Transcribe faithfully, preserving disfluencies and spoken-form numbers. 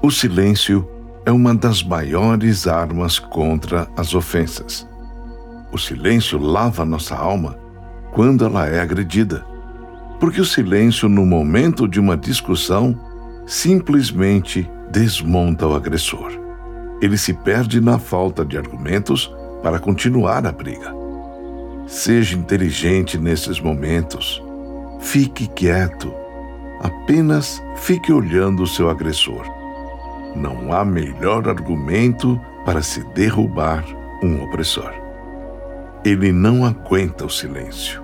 O silêncio é uma das maiores armas contra as ofensas. O silêncio lava nossa alma quando ela é agredida, porque o silêncio, no momento de uma discussão, simplesmente desmonta o agressor. Ele se perde na falta de argumentos para continuar a briga. Seja inteligente nesses momentos. Fique quieto. Apenas fique olhando o seu agressor. Não há melhor argumento para se derrubar um opressor. Ele não aguenta o silêncio.